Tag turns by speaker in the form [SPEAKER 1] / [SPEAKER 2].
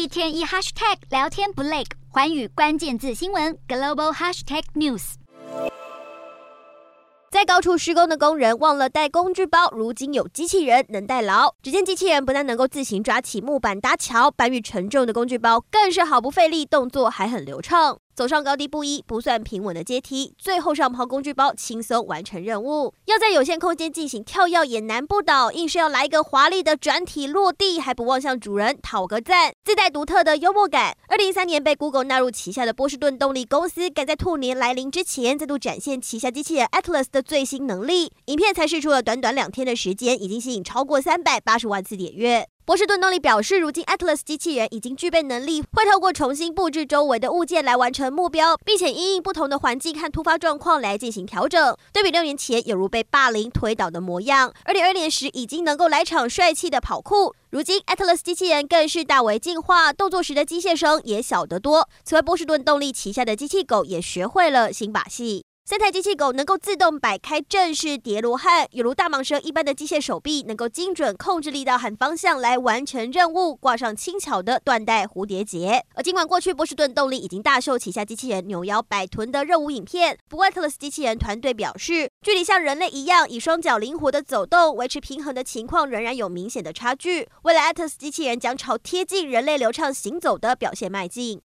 [SPEAKER 1] 一天一 hashtag 聊天不累，寰宇关键字新闻 global hashtag news。
[SPEAKER 2] 在高处施工的工人忘了带工具包，如今有机器人能代劳。只见机器人不但能够自行抓起木板搭桥，搬运沉重的工具包，更是毫不费力，动作还很流畅。走上高低不一、不算平稳的阶梯，最后上抛工具包，轻松完成任务。要在有限空间进行跳跃也难不倒，硬是要来一个华丽的转体落地，还不忘向主人讨个赞，自带独特的幽默感。2013年被 Google 纳入旗下的波士顿动力公司，赶在兔年来临之前，再度展现旗下机器人 Atlas 的最新能力。影片才释出了短短2天的时间，已经吸引超过380万次点阅。波士顿动力表示，如今 Atlas 机器人已经具备能力，会透过重新布置周围的物件来完成目标，并且因应不同的环境和突发状况来进行调整。对比6年前有如被霸凌推倒的模样，2022年时已经能够来场帅气的跑酷。如今 Atlas 机器人更是大为进化，动作时的机械声也小得多。此外，波士顿动力旗下的机器狗也学会了新把戏。3台机器狗能够自动摆开正式叠罗汉，有如大蟒蛇一般的机械手臂，能够精准控制力道和方向来完成任务，挂上轻巧的缎带蝴蝶结。而尽管过去波士顿动力已经大秀旗下机器人扭腰摆臀的任务影片，不过 Atlas 机器人团队表示，距离像人类一样以双脚灵活的走动、维持平衡的情况仍然有明显的差距。未来 Atlas 机器人将朝贴近人类流畅行走的表现迈进。